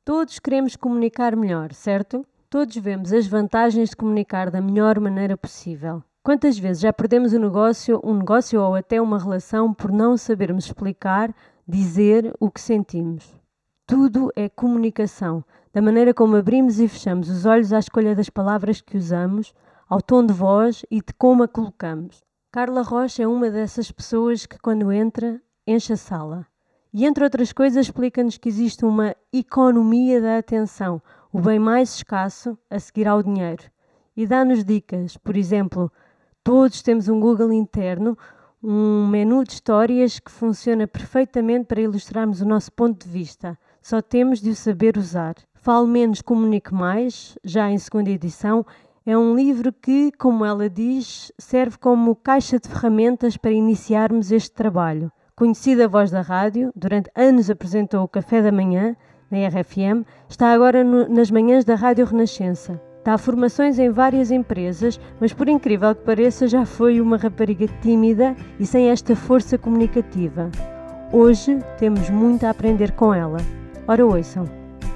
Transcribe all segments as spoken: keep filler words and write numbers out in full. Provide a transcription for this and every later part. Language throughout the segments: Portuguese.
Todos queremos comunicar melhor, certo? Todos vemos as vantagens de comunicar da melhor maneira possível. Quantas vezes já perdemos um negócio, um negócio ou até uma relação por não sabermos explicar, dizer o que sentimos? Tudo é comunicação, da maneira como abrimos e fechamos os olhos à escolha das palavras que usamos, ao tom de voz e de como a colocamos. Carla Rocha é uma dessas pessoas que, quando entra, enche a sala. E, entre outras coisas, explica-nos que existe uma economia da atenção, o bem mais escasso a seguir ao dinheiro. E dá-nos dicas, por exemplo, todos temos um Google interno, um menu de histórias que funciona perfeitamente para ilustrarmos o nosso ponto de vista. Só temos de o saber usar. Fale Menos, Comunique Mais, já em segunda edição, é um livro que, como ela diz, serve como caixa de ferramentas para iniciarmos este trabalho. Conhecida voz da rádio, durante anos apresentou o Café da Manhã, na R F M, está agora no, nas manhãs da Rádio Renascença. Dá formações em várias empresas, mas por incrível que pareça já foi uma rapariga tímida e sem esta força comunicativa. Hoje temos muito a aprender com ela. Ora, ouçam.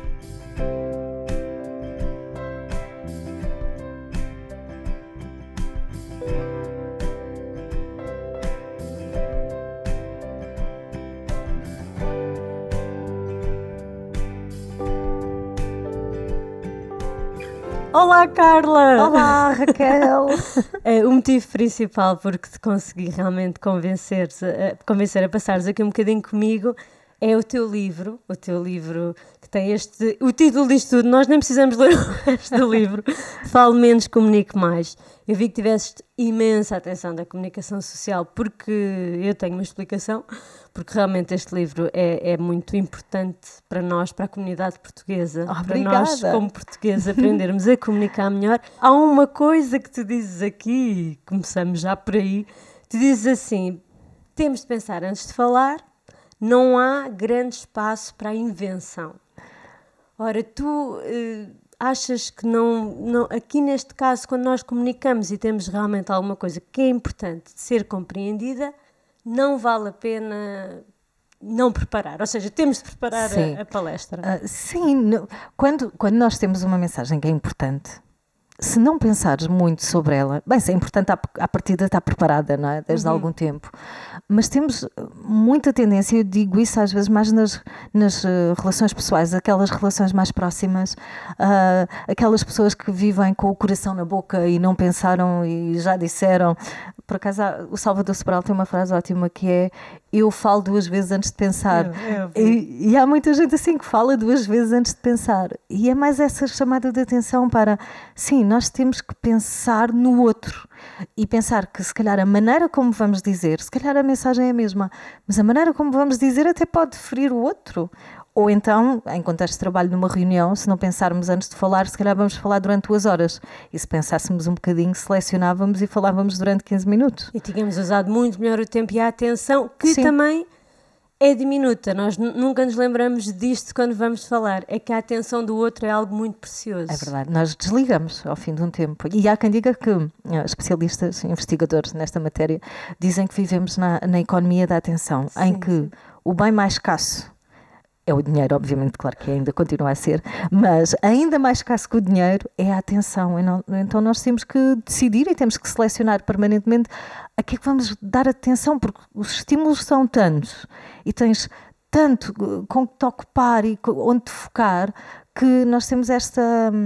Olá, Carla! Olá, Raquel! O motivo principal por que te consegui realmente convencer, a, convencer a passares aqui um bocadinho comigo é o teu livro, o teu livro que tem este... O título diz tudo, nós nem precisamos ler o resto do livro. Fale Menos, Comunique Mais. Eu vi que tiveste imensa atenção da comunicação social, porque eu tenho uma explicação, porque realmente este livro é, é muito importante para nós, para a comunidade portuguesa, Obrigada. Para nós, como portugueses, aprendermos a comunicar melhor. Há uma coisa que tu dizes aqui, e começamos já por aí, tu dizes assim, temos de pensar antes de falar, não há grande espaço para a invenção. Ora, tu eh, achas que não, não... Aqui neste caso, quando nós comunicamos e temos realmente alguma coisa que é importante de ser compreendida, não vale a pena não preparar. Ou seja, temos de preparar a, a palestra. Uh, sim, no, quando, quando nós temos uma mensagem que é importante, se não pensares muito sobre ela, bem, se é importante, à partida está preparada, não é? Desde uhum. algum tempo. Mas temos muita tendência, eu digo isso às vezes mais nas, nas uh, relações pessoais, aquelas relações mais próximas, uh, aquelas pessoas que vivem com o coração na boca e não pensaram e já disseram. Por acaso, o Salvador Sobral tem uma frase ótima que é: eu falo duas vezes antes de pensar. Eu, eu e, e há muita gente assim que fala duas vezes antes de pensar. E é mais essa chamada de atenção para, sim, nós temos que pensar no outro. E pensar que se calhar a maneira como vamos dizer, se calhar a mensagem é a mesma, mas a maneira como vamos dizer até pode ferir o outro. Ou então, em contexto de trabalho numa reunião, se não pensarmos antes de falar, se calhar vamos falar durante duas horas. E se pensássemos um bocadinho, selecionávamos e falávamos durante quinze minutos. E tínhamos usado muito melhor o tempo e a atenção, que Sim. também é diminuta. Nós n- nunca nos lembramos disto quando vamos falar. É que a atenção do outro é algo muito precioso. É verdade. Nós desligamos ao fim de um tempo. E há quem diga que especialistas, investigadores nesta matéria, dizem que vivemos na, na economia da atenção, sim, em que sim. o bem mais escasso é o dinheiro, obviamente, claro que ainda continua a ser, mas ainda mais escasso que o dinheiro é a atenção. Então nós temos que decidir e temos que selecionar permanentemente a que é que vamos dar atenção, porque os estímulos são tantos e tens tanto com que te ocupar e onde te focar, que nós temos esta,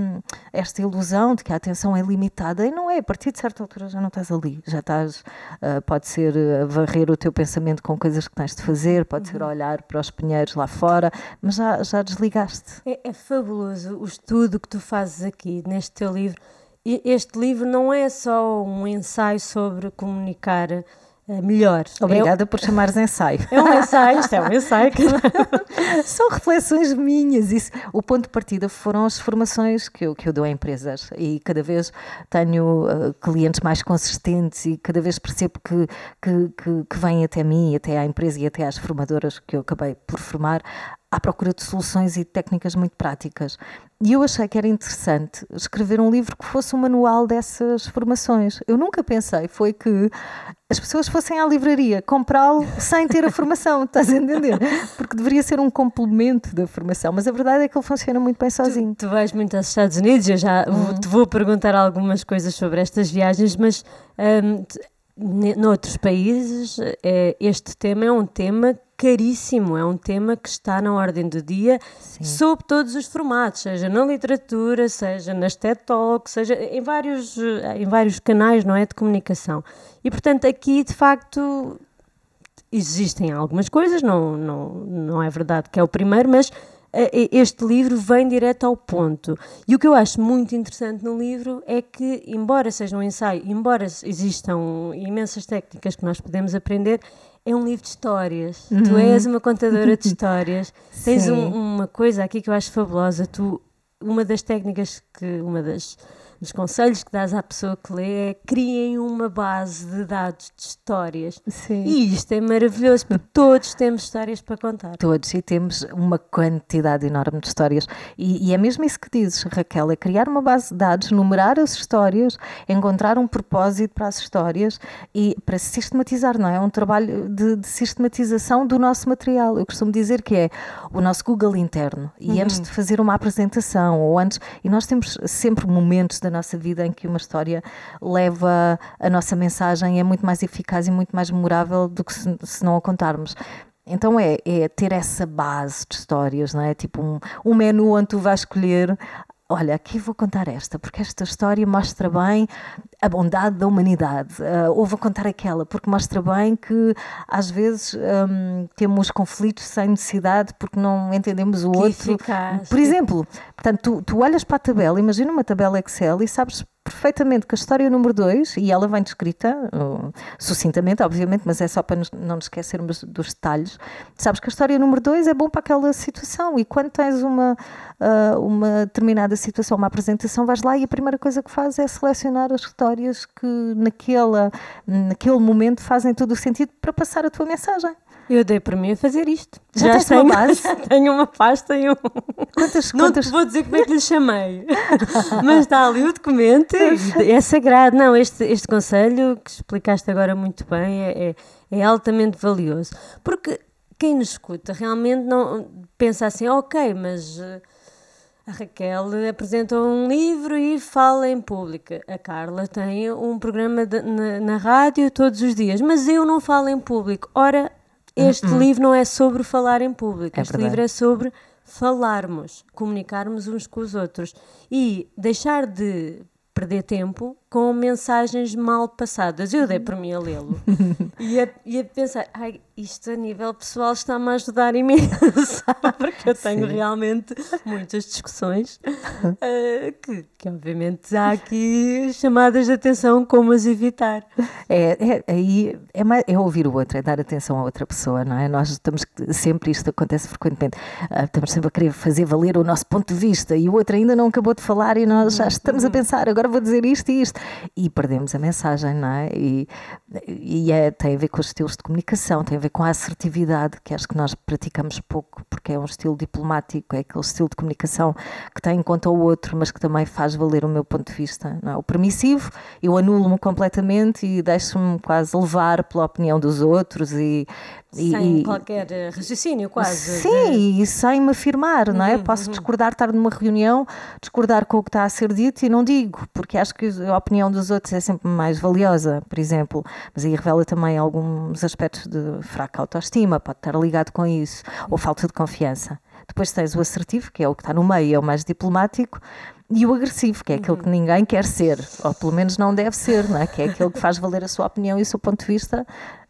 esta ilusão de que a atenção é limitada, e não é. A partir de certa altura já não estás ali, já estás, uh, pode ser a varrer o teu pensamento com coisas que tens de fazer, pode uhum. ser a olhar para os pinheiros lá fora, mas já, já desligaste. É, é fabuloso o estudo que tu fazes aqui neste teu livro. Este livro não é só um ensaio sobre comunicar melhor. Obrigada é, por chamares ensaio. É um ensaio, isto é um ensaio. São reflexões minhas. Isso, o ponto de partida foram as formações que eu, que eu dou a empresas, e cada vez tenho uh, clientes mais consistentes e cada vez percebo que, que, que, que vêm até mim, até à empresa e até às formadoras que eu acabei por formar, à procura de soluções e técnicas muito práticas. E eu achei que era interessante escrever um livro que fosse um manual dessas formações. Eu nunca pensei, foi que as pessoas fossem à livraria comprá-lo sem ter a formação, estás a entender? Porque deveria ser um complemento da formação, mas a verdade é que ele funciona muito bem sozinho. Tu, tu vais muito aos Estados Unidos, eu já hum. te vou perguntar algumas coisas sobre estas viagens, mas um, noutros países este tema é um tema caríssimo, é um tema que está na ordem do dia. Sim. Sob todos os formatos, seja na literatura, seja nas TED Talks, seja em vários, em vários canais, não é, de comunicação. E, portanto, aqui, de facto, existem algumas coisas, não, não, não é verdade que é o primeiro, mas este livro vem direto ao ponto. E o que eu acho muito interessante no livro é que, embora seja um ensaio, embora existam imensas técnicas que nós podemos aprender, é um livro de histórias. Uhum. Tu és uma contadora de histórias. Tens um, uma coisa aqui que eu acho fabulosa. Tu, uma das técnicas, que uma das dos conselhos que dás à pessoa que lê é: criem uma base de dados de histórias. Sim. E isto é maravilhoso, porque todos temos histórias para contar. Todos, e temos uma quantidade enorme de histórias. E, e é mesmo isso que dizes, Raquel, é criar uma base de dados, numerar as histórias, encontrar um propósito para as histórias e para sistematizar, não é? É um trabalho de, de sistematização do nosso material. Eu costumo dizer que é o nosso Google interno. E uhum. antes de fazer uma apresentação, ou antes, e nós temos sempre momentos da nossa vida em que uma história leva a nossa mensagem, é muito mais eficaz e muito mais memorável do que se, se não a contarmos. Então é, é ter essa base de histórias, não é? Tipo um, um menu onde tu vais escolher: olha, aqui vou contar esta, porque esta história mostra bem a bondade da humanidade. Uh, ou vou contar aquela, porque mostra bem que às vezes um, temos conflitos sem necessidade porque não entendemos o que outro. Eficaz. Por exemplo, portanto, tu, tu olhas para a tabela, imagina uma tabela Excel e sabes perfeitamente que a história número dois, e ela vem descrita uh, sucintamente, obviamente, mas é só para nos, não nos esquecermos dos detalhes. Sabes que a história número dois é bom para aquela situação, e quando tens uma, uh, uma determinada situação, uma apresentação, vais lá e a primeira coisa que fazes é selecionar as histórias que naquela, naquele momento fazem todo o sentido para passar a tua mensagem. Eu dei para mim a fazer isto. Já, Já tens tenho, uma base? Tenho uma pasta e um... Quantas, não quantas... te vou dizer como é que lhe chamei, mas está ali o documento, é sagrado. Não, este, este conselho que explicaste agora muito bem é, é, é altamente valioso, porque quem nos escuta realmente não pensa assim: ok, mas a Raquel apresenta um livro e fala em público, a Carla tem um programa de, na, na rádio todos os dias, mas eu não falo em público. Ora, este uh-uh. livro não é sobre falar em público, é este verdade. livro é sobre falarmos, comunicarmos uns com os outros e deixar de perder tempo com mensagens mal passadas. Eu dei por mim a lê-lo e, a, e a pensar: ai, isto a nível pessoal está-me a ajudar imenso, porque eu tenho Sim. realmente muitas discussões uh, que, que obviamente há aqui chamadas de atenção como as evitar. É, é, aí é, mais, é ouvir o outro, é dar atenção a outra pessoa, não é? Nós estamos sempre, isto acontece frequentemente, uh, estamos sempre a querer fazer valer o nosso ponto de vista e o outro ainda não acabou de falar e nós já estamos a pensar: agora vou dizer isto e isto, e perdemos a mensagem, não é? E, e é, tem a ver com os estilos de comunicação, tem a ver com a assertividade, que acho que nós praticamos pouco, porque é um estilo diplomático, é aquele estilo de comunicação que tem em conta o outro, mas que também faz valer o meu ponto de vista, não é? O permissivo, eu anulo-me completamente e deixo-me quase levar pela opinião dos outros e... Sem e, qualquer raciocínio, quase. Sim, de... e sem me afirmar, não é? Uhum, Posso uhum. discordar, estar numa reunião, discordar com o que está a ser dito e não digo, porque acho que a opinião dos outros é sempre mais valiosa, por exemplo, mas aí revela também alguns aspectos de fraca autoestima, pode estar ligado com isso, ou falta de confiança. Depois tens o assertivo, que é o que está no meio, é o mais diplomático, e o agressivo, que é aquele que ninguém quer ser, ou pelo menos não deve ser, não é? Que é aquele que faz valer a sua opinião e o seu ponto de vista,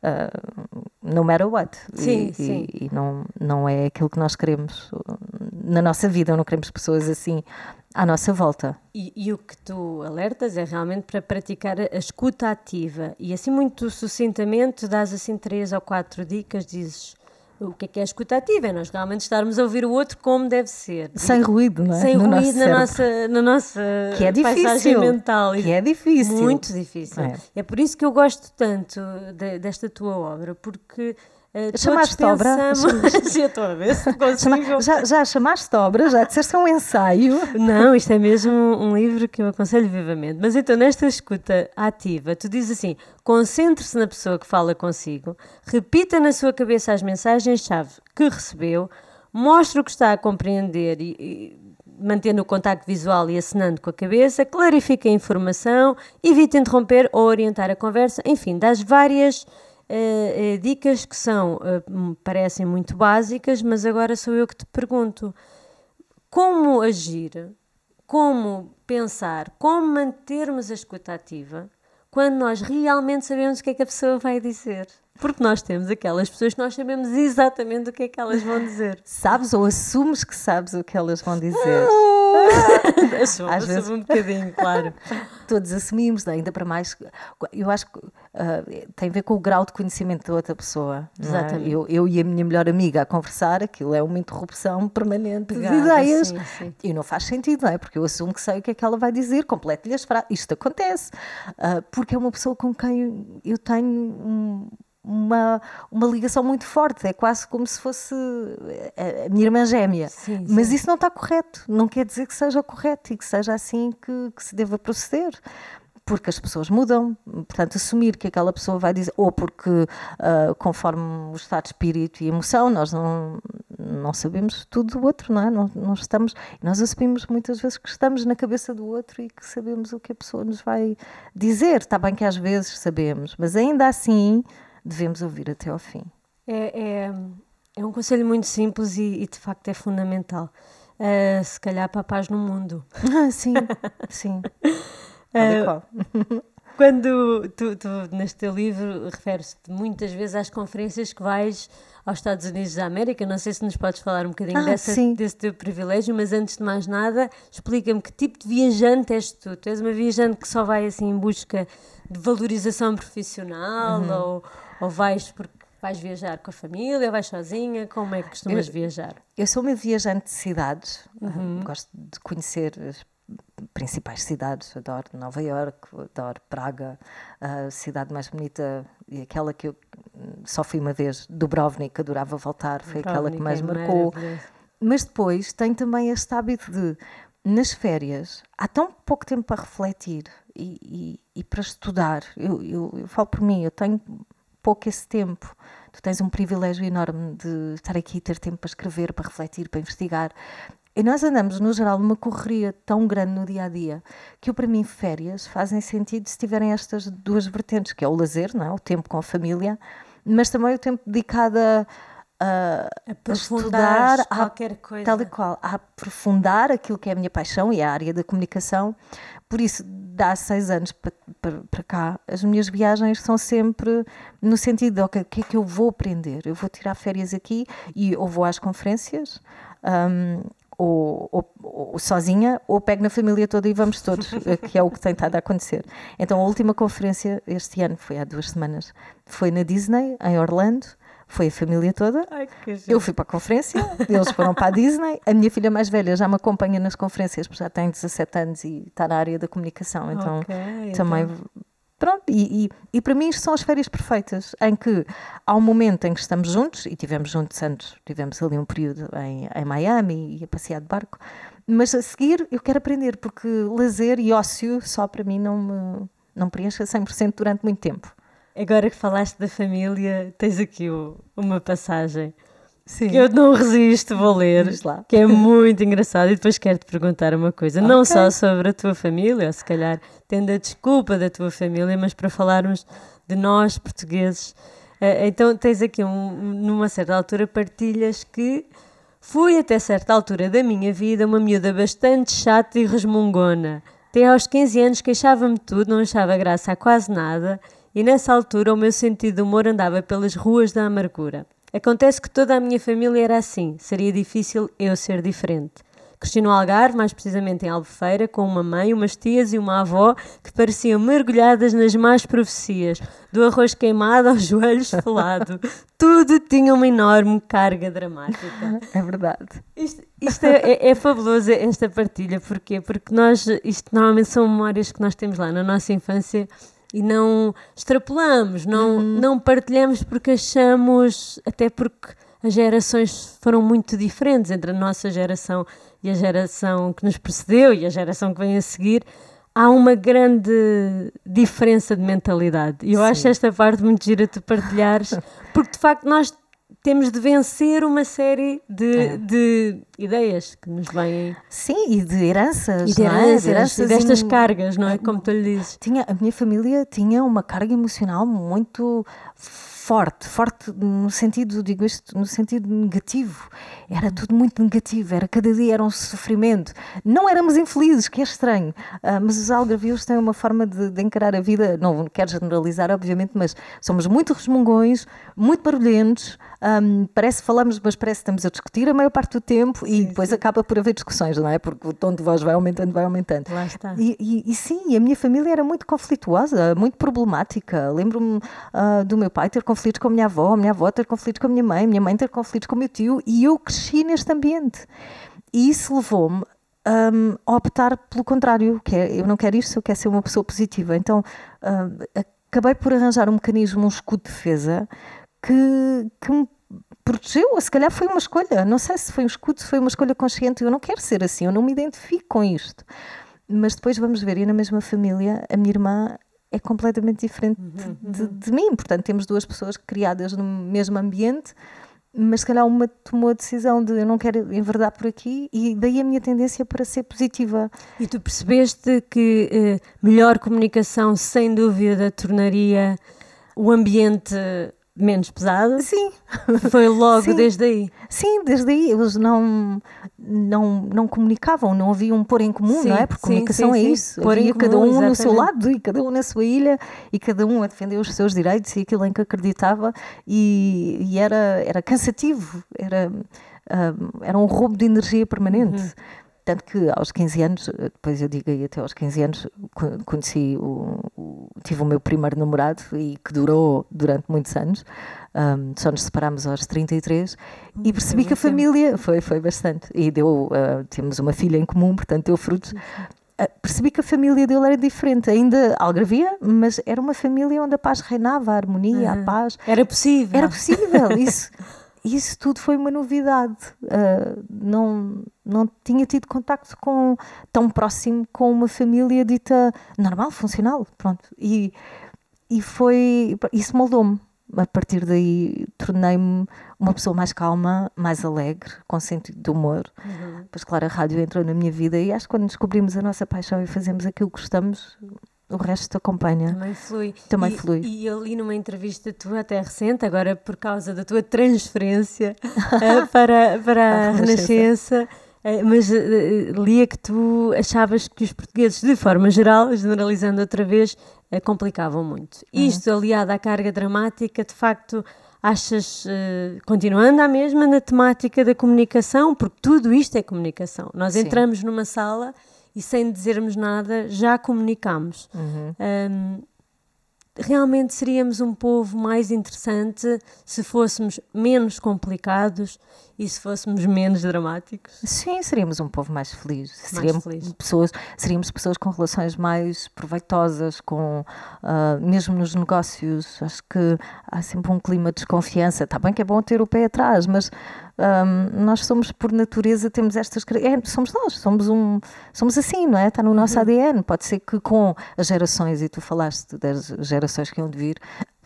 uh, no matter what. Sim, e, sim. E, e não, não é aquilo que nós queremos na nossa vida, não queremos pessoas assim à nossa volta. E, e o que tu alertas é realmente para praticar a escuta ativa. E assim muito sucintamente dás assim três ou quatro dicas, dizes... O que é que é a escuta ativa? É nós realmente estarmos a ouvir o outro como deve ser. Sem ruído, não é? Sem no ruído na nossa, na nossa que é paisagem difícil, mental. Que é difícil. Muito difícil. É, é por isso que eu gosto tanto de, desta tua obra, porque Uh, chamaste obra? Já estou a ver se consigo. Já, já chamaste obra? Já disseste um ensaio? Não, isto é mesmo um livro que eu aconselho vivamente. Mas então, nesta escuta ativa, tu dizes assim, concentre-se na pessoa que fala consigo, repita na sua cabeça as mensagens-chave que recebeu, mostre o que está a compreender e, e mantendo o contacto visual e acenando com a cabeça, clarifique a informação, evite interromper ou orientar a conversa, enfim, das várias Uh, uh, dicas que são, uh, parecem muito básicas, mas agora sou eu que te pergunto, como agir, como pensar, como mantermos a escuta ativa quando nós realmente sabemos o que é que a pessoa vai dizer? Porque nós temos aquelas pessoas que nós sabemos exatamente o que é que elas vão dizer. Sabes ou assumes que sabes o que elas vão dizer? Assumo, Às vezes um bocadinho, claro. Todos assumimos, ainda para mais. Eu acho que uh, tem a ver com o grau de conhecimento da outra pessoa. Exatamente. É? Eu, eu e a minha melhor amiga a conversar, aquilo é uma interrupção permanente Pegada, de ideias. Sim, sim. E não faz sentido, não é? Porque eu assumo que sei o que é que ela vai dizer, completo-lhe as frases. Isto acontece. Uh, porque é uma pessoa com quem eu tenho um. Uma, uma ligação muito forte, é quase como se fosse a, a minha irmã gêmea. Sim, mas sim. isso não está correto, não quer dizer que seja correto e que seja assim que, que se deva proceder, porque as pessoas mudam, portanto assumir que aquela pessoa vai dizer, ou porque uh, conforme o estado de espírito e emoção, nós não, não sabemos tudo do outro, não é? Não, não estamos, nós assumimos muitas vezes que estamos na cabeça do outro e que sabemos o que a pessoa nos vai dizer, está bem que às vezes sabemos, mas ainda assim devemos ouvir até ao fim. É, é, é um conselho muito simples e, e de facto é fundamental. Uh, se calhar para a paz no mundo. Ah, sim, sim. Uh, quando tu, tu, neste teu livro, referes-te muitas vezes às conferências que vais aos Estados Unidos da América. Não sei se nos podes falar um bocadinho ah, dessa, desse teu privilégio, mas antes de mais nada, explica-me que tipo de viajante és tu? Tu és uma viajante que só vai assim em busca de valorização profissional uhum. ou, ou vais porque vais viajar com a família, vais sozinha? Como é que costumas eu, viajar? Eu sou uma viajante de cidades, uhum. uh, gosto de conhecer as principais cidades, adoro Nova Iorque, adoro Praga, a cidade mais bonita e aquela que eu só fui uma vez, Dubrovnik, adorava voltar, foi Dubrovnik, aquela que mais é marcou. Mas depois tem também este hábito de, nas férias, há tão pouco tempo para refletir e, e, e para estudar. Eu, eu, eu falo por mim, eu tenho pouco esse tempo. Tu tens um privilégio enorme de estar aqui, ter tempo para escrever, para refletir, para investigar. E nós andamos, no geral, numa correria tão grande no dia-a-dia que, eu, para mim, férias fazem sentido se tiverem estas duas vertentes, que é o lazer, não é? O tempo com a família, mas também o tempo dedicado a, a, a estudar qualquer a, coisa. Tal e qual, a aprofundar aquilo que é a minha paixão e a área da comunicação. Por isso, de há seis anos para, para, para cá, as minhas viagens são sempre no sentido de, ok, o que é que eu vou aprender? Eu vou tirar férias aqui e ou vou às conferências, um, Ou, ou, ou sozinha, ou pego na família toda e vamos todos, que é o que tem estado a acontecer. Então a última conferência este ano, foi há duas semanas, foi na Disney, em Orlando, foi a família toda. Ai, eu fui para a conferência, eles foram para a Disney, a minha filha mais velha já me acompanha nas conferências, porque já tem dezassete anos e está na área da comunicação, então okay, também... Então... Pronto, e, e, e para mim isto são as férias perfeitas, em que há um momento em que estamos juntos, e tivemos juntos antes, tivemos ali um período em, em Miami e a passear de barco, mas a seguir eu quero aprender, porque lazer e ócio só para mim não me, não me preenche a cem por cento durante muito tempo. Agora que falaste da família, tens aqui o, uma passagem Sim. que eu não resisto, vou ler, lá. que é muito engraçado, e depois quero-te perguntar uma coisa, okay. não só sobre a tua família, ou se calhar tendo a desculpa da tua família, mas para falarmos de nós, portugueses. Então tens aqui, um, numa certa altura, partilhas que fui até certa altura da minha vida uma miúda bastante chata e resmungona. Até aos quinze anos queixava-me de tudo, não achava graça a quase nada, e nessa altura o meu sentido de humor andava pelas ruas da amargura. Acontece que toda a minha família era assim, seria difícil eu ser diferente. Cresci no Algarve, mais precisamente em Albufeira, com uma mãe, umas tias e uma avó que pareciam mergulhadas nas más profecias, do arroz queimado ao joelho esfolado. Tudo tinha uma enorme carga dramática. É verdade. Isto, isto é, é, é fabuloso, esta partilha. Porquê? Porque nós, isto normalmente são memórias que nós temos lá na nossa infância e não extrapolamos, não, uhum. não partilhamos porque achamos, até porque as gerações foram muito diferentes entre a nossa geração e a geração que nos precedeu e a geração que vem a seguir. Há uma grande diferença de mentalidade. E eu Sim. acho esta parte muito gira de partilhares, porque de facto nós temos de vencer uma série de, é. de ideias que nos vêm. Sim, e de heranças, e de não heranças, é? De heranças e destas em... cargas, não é? Como tu lhe dizes. Tinha, a minha família tinha uma carga emocional muito forte, forte no sentido, digo isto, no sentido negativo. Era tudo muito negativo, era, cada dia era um sofrimento. Não éramos infelizes, que é estranho, uh, mas os algarvios têm uma forma de, de encarar a vida, não quero generalizar, obviamente, mas somos muito resmungões, muito barulhentos, um, parece que falamos, mas parece que estamos a discutir a maior parte do tempo sim, e depois sim. acaba por haver discussões, não é? Porque o tom de voz vai aumentando, vai aumentando. Lá está. E, e, e sim, a minha família era muito conflituosa, muito problemática. Lembro-me uh, do meu pai ter conflitos com a minha avó, a minha avó ter conflitos com a minha mãe, a minha mãe ter conflitos com o meu tio, e eu cresci neste ambiente. E isso levou-me um, a optar pelo contrário, que é, eu não quero isto, eu quero ser uma pessoa positiva. Então, uh, acabei por arranjar um mecanismo, um escudo de defesa, que, que me protegeu. Se calhar foi uma escolha, não sei se foi um escudo, se foi uma escolha consciente. Eu não quero ser assim, eu não me identifico com isto. Mas depois vamos ver, e na mesma família, a minha irmã é completamente diferente uhum, uhum. De, de mim. Portanto, temos duas pessoas criadas no mesmo ambiente, mas se calhar uma tomou a decisão de eu não quero enverdar por aqui, e daí a minha tendência para ser positiva. E tu percebeste que eh, melhor comunicação, sem dúvida, tornaria o ambiente menos pesado? Sim. Foi logo Sim. desde aí? Sim, desde aí. Eles não, não, não comunicavam, não havia um pôr em comum, sim, não é? Porque sim, comunicação sim, é sim. isso. Pôr havia cada comum, um exatamente. No seu lado e cada um na sua ilha e cada um a defender os seus direitos e aquilo em que acreditava, e, e era, era cansativo, era, uh, era um roubo de energia permanente. Uhum. Tanto que aos quinze anos, depois eu digo aí até aos quinze anos, conheci, o, o, tive o meu primeiro namorado, e que durou durante muitos anos. Um, só nos separámos aos trinta e três hum, e percebi que a família, foi, foi bastante, e deu, uh, temos uma filha em comum, portanto deu frutos. Uh, percebi que a família dele era diferente, ainda algarvia, mas era uma família onde a paz reinava, a harmonia, uhum. a paz. Era possível. Era possível, isso. Isso tudo foi uma novidade. Uh, não, não tinha tido contacto com, tão próximo com uma família dita normal, funcional. Pronto. E, e foi, isso moldou-me. A partir daí tornei-me uma pessoa mais calma, mais alegre, com sentido de humor. Uhum. Pois claro, a rádio entrou na minha vida, e acho que quando descobrimos a nossa paixão e fazemos aquilo que gostamos, o resto acompanha. Também flui. Também e, flui. E eu li numa entrevista tua até recente, agora por causa da tua transferência uh, para, para a Renascença, uh, mas uh, lia que tu achavas que os portugueses, de forma geral, generalizando outra vez, uh, complicavam muito. Uhum. Isto, aliado à carga dramática, de facto, achas, uh, continuando à mesma na temática da comunicação, porque tudo isto é comunicação. Nós Sim. entramos numa sala e sem dizermos nada já comunicamos. Uhum. Um, realmente seríamos um povo mais interessante se fôssemos menos complicados e se fôssemos menos dramáticos? Sim, seríamos um povo mais feliz. Mais seríamos, feliz. Pessoas, seríamos pessoas com relações mais proveitosas, com, uh, mesmo nos negócios. Acho que há sempre um clima de desconfiança. Está bem que é bom ter o pé atrás, mas um, nós somos, por natureza, temos estas... É, somos nós, somos, um, somos assim, não é? Está no nosso uhum. A D N. Pode ser que com as gerações, e tu falaste das gerações que hão de vir,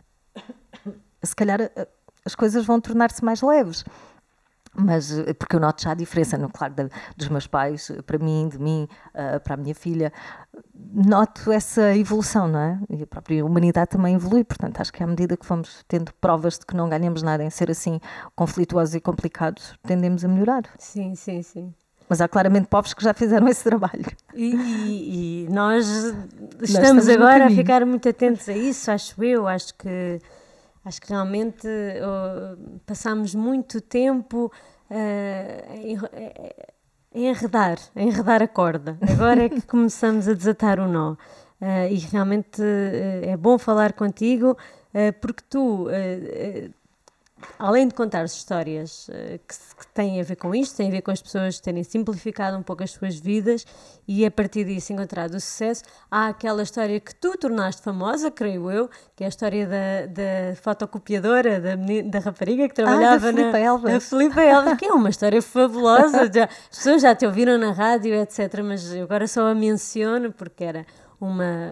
se calhar as coisas vão tornar-se mais leves. Mas, porque eu noto já a diferença, no, claro, da, dos meus pais, para mim, de mim, uh, para a minha filha, noto essa evolução, não é? E a própria humanidade também evolui, portanto, acho que à medida que vamos tendo provas de que não ganhamos nada em ser assim conflituosos e complicados, tendemos a melhorar. Sim, sim, sim. Mas há claramente povos que já fizeram esse trabalho. E, e, e nós, nós estamos agora a ficar muito atentos a isso, acho eu, acho que... Acho que realmente uh, passamos muito tempo uh, em, em enredar, a enredar a corda. Agora é que começamos a desatar o nó. Uh, e realmente uh, é bom falar contigo, uh, porque tu uh, uh, além de contar histórias uh, que, que têm a ver com isto, têm a ver com as pessoas terem simplificado um pouco as suas vidas e a partir disso encontrado o sucesso, há aquela história que tu tornaste famosa, creio eu, que é a história da, da fotocopiadora, da, menina, da rapariga que trabalhava ah, da Filipa Elvas. na Filipa Elvas, que é uma história fabulosa. Já, as pessoas já te ouviram na rádio, etcétera, mas eu agora só a menciono porque era Uma,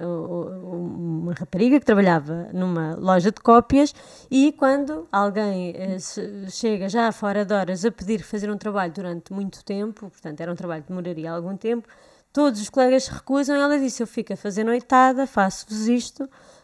uma rapariga que trabalhava numa loja de cópias e quando alguém eh, chega já fora de horas a pedir fazer um trabalho durante muito tempo, portanto era um trabalho que demoraria algum tempo, todos os colegas se recusam. Ela disse: eu fico a fazer noitada, faço-vos isto,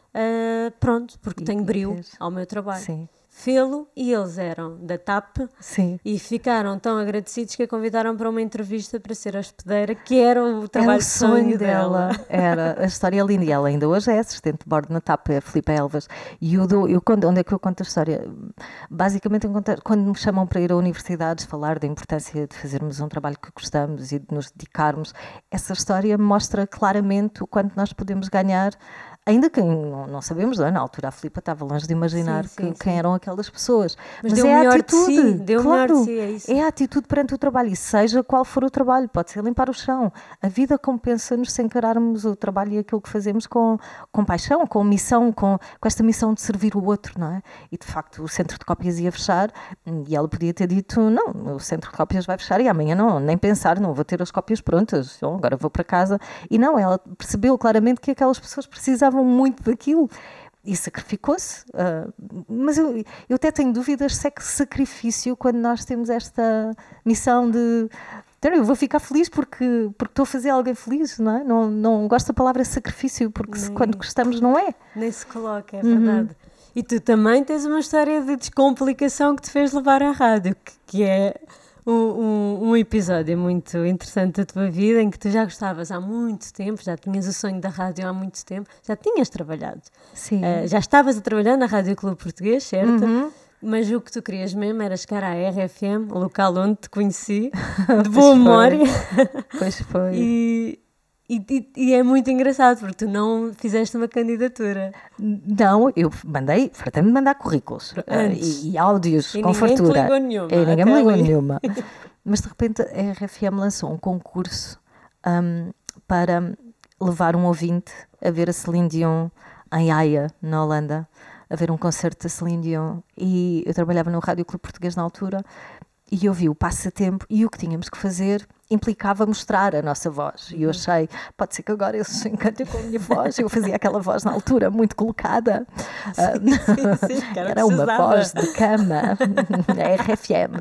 uh, pronto, porque e, tenho brio fez. Ao meu trabalho. Sim. Fê-lo, e eles eram da T A P. Sim. E ficaram tão agradecidos que a convidaram para uma entrevista para ser hospedeira, que era o trabalho é o sonho, sonho dela. dela. Era, a história é linda, e ela ainda hoje é assistente de bordo na T A P, a Filipa Elvas. E eu, dou, eu conto, onde é que eu conto a história? Basicamente, eu conto, quando me chamam para ir a universidades falar da importância de fazermos um trabalho que gostamos e de nos dedicarmos, essa história mostra claramente o quanto nós podemos ganhar. Ainda que não, não sabemos, não é? Na altura a Filipa estava longe de imaginar sim, sim, que, quem sim. eram aquelas pessoas. Mas, Mas deu é a atitude, de si, deu claro, de si, é, isso. é a atitude perante o trabalho, e seja qual for o trabalho, pode ser limpar o chão. A vida compensa-nos se encararmos o trabalho e aquilo que fazemos com, com paixão, com missão, com, com esta missão de servir o outro, não é? E de facto o centro de cópias ia fechar e ela podia ter dito: não, o centro de cópias vai fechar e amanhã não, nem pensar, não vou ter as cópias prontas, então, agora vou para casa. E não, ela percebeu claramente que aquelas pessoas precisavam muito daquilo e sacrificou-se. Uh, mas eu, eu até tenho dúvidas se é que sacrifício, quando nós temos esta missão de eu vou ficar feliz porque, porque estou a fazer alguém feliz, não é? Não, não gosto da palavra sacrifício, porque se, quando gostamos não é. Nem se coloca, é verdade. Uhum. E tu também tens uma história de descomplicação que te fez levar à rádio, que, que é Um, um, um episódio muito interessante da tua vida, em que tu já gostavas há muito tempo, já tinhas o sonho da rádio há muito tempo, já tinhas trabalhado. Sim. Uh, já estavas a trabalhar na Rádio Clube Português, certo? Uhum. Mas o que tu querias mesmo era chegar à R F M, o local onde te conheci, de boa memória. Pois foi. E... E, e, e é muito engraçado, porque tu não fizeste uma candidatura. Não, eu mandei, fartei-me de mandar currículos uh, e, e áudios e com fartura. Te ligou nenhuma, e ninguém me ligou nenhuma. Mas de repente a R F M lançou um concurso um, para levar um ouvinte a ver a Celine Dion em Haia, na Holanda, a ver um concerto da Celine Dion. E eu trabalhava no Rádio Clube Português na altura e eu vi o passatempo e o que tínhamos que fazer implicava mostrar a nossa voz. E eu achei, pode ser que agora eles se encantem com a minha voz. Eu fazia aquela voz na altura muito colocada. Sim, sim, sim, era uma voz de cama, na R F M.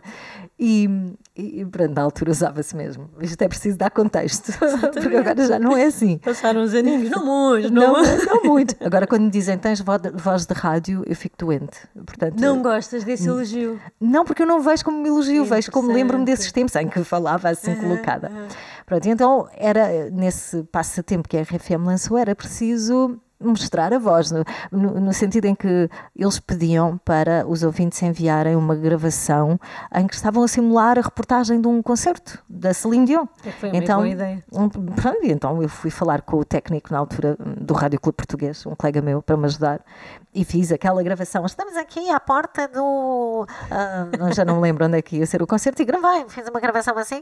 E, e pronto, na altura usava-se mesmo. Isto é preciso dar contexto, porque agora já não é assim. Passaram uns aninhos, não muito, não, não, não, não muito. Agora quando me dizem tens voz de rádio, eu fico doente. Portanto, não gostas desse elogio? Não, porque eu não vejo como me elogio, vejo como lembro-me desses tempos em que falava assim uhum, colocada. Uhum. Pronto, então era nesse passatempo que a R F M lançou, era preciso mostrar a voz, no, no, no sentido em que eles pediam para os ouvintes enviarem uma gravação em que estavam a simular a reportagem de um concerto da Celine Dion. É, foi uma então, boa ideia. Um, pronto, então eu fui falar com o técnico na altura do Rádio Clube Português, um colega meu, para me ajudar, e fiz aquela gravação. Estamos aqui à porta do... Uh, já não me lembro onde é que ia ser o concerto, e gravei, fiz uma gravação assim,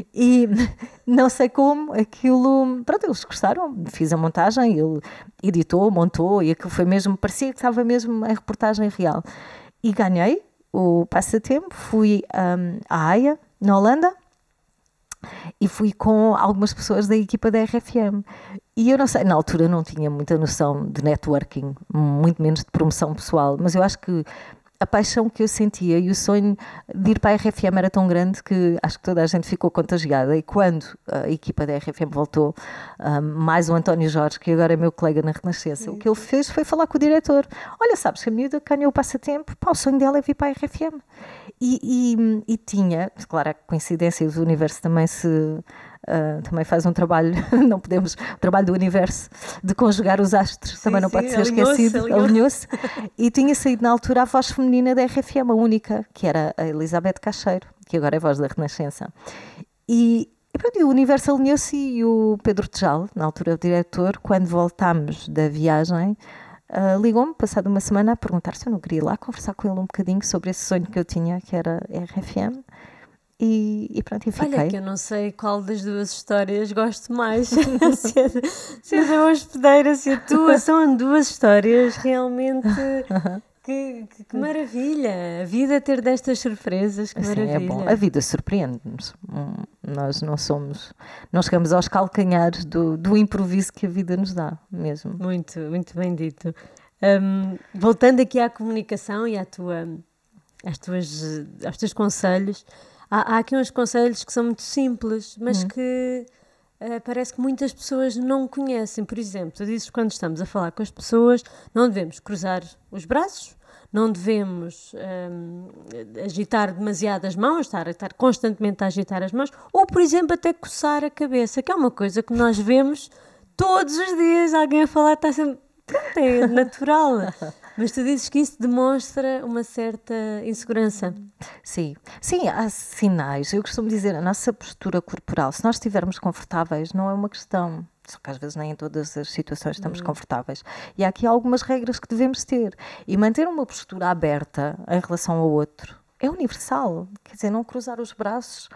e não sei como, aquilo... Pronto, eles gostaram, fiz a montagem, ele editou, montou, e aquilo foi mesmo, parecia que estava mesmo em reportagem real. E ganhei o passatempo, fui um, à Haia, na Holanda, e fui com algumas pessoas da equipa da R F M. E eu não sei, na altura não tinha muita noção de networking, muito menos de promoção pessoal, mas eu acho que a paixão que eu sentia e o sonho de ir para a R F M era tão grande que acho que toda a gente ficou contagiada. E quando a equipa da R F M voltou, um, mais o António Jorge, que agora é meu colega na Renascença, o que ele fez foi falar com o diretor. Olha, sabes que a miúda ganhou o passatempo, pá, o sonho dela é vir para a R F M. E, e, e tinha, claro, a coincidência, o universo também se... Uh, também faz um trabalho, não podemos, o trabalho do universo de conjugar os astros, sim, também não sim, pode ser esquecido, alinhou-se. E tinha saído na altura a voz feminina da R F M, a única, que era a Elizabeth Cacheiro, que agora é a voz da Renascença. E, e, pronto, e o universo alinhou-se, e o Pedro Tejal, na altura o diretor, quando voltámos da viagem, uh, ligou-me, passado uma semana, a perguntar se eu não queria ir lá conversar com ele um bocadinho sobre esse sonho que eu tinha, que era R F M. E, e pronto, e fiquei. Olha, que eu não sei qual das duas histórias gosto mais. se, é, se é da hospedeira, se é a tua, são duas histórias realmente... Que, que, que maravilha! A vida ter destas surpresas, que Assim, maravilha! É bom. A vida surpreende-nos. Hum, Nós não somos... Não chegamos aos calcanhares do, do improviso que a vida nos dá, mesmo. Muito, muito bem dito. Um, voltando aqui à comunicação e à tua, às tuas, aos teus conselhos, há, há aqui uns conselhos que são muito simples, mas hum. que uh, parece que muitas pessoas não conhecem. Por exemplo, tu dizes que quando estamos a falar com as pessoas, não devemos cruzar os braços, não devemos um, agitar demasiado as mãos, estar, estar constantemente a agitar as mãos, ou, por exemplo, até coçar a cabeça, que é uma coisa que nós vemos todos os dias, alguém a falar está sempre... Pronto, é natural. Mas tu dizes que isso demonstra uma certa insegurança. Sim, sim, há sinais. Eu costumo dizer, a nossa postura corporal, se nós estivermos confortáveis, não é uma questão... Só que às vezes nem em todas as situações estamos hum. confortáveis. E há aqui algumas regras que devemos ter. E manter uma postura aberta em relação ao outro é universal. Quer dizer, não cruzar os braços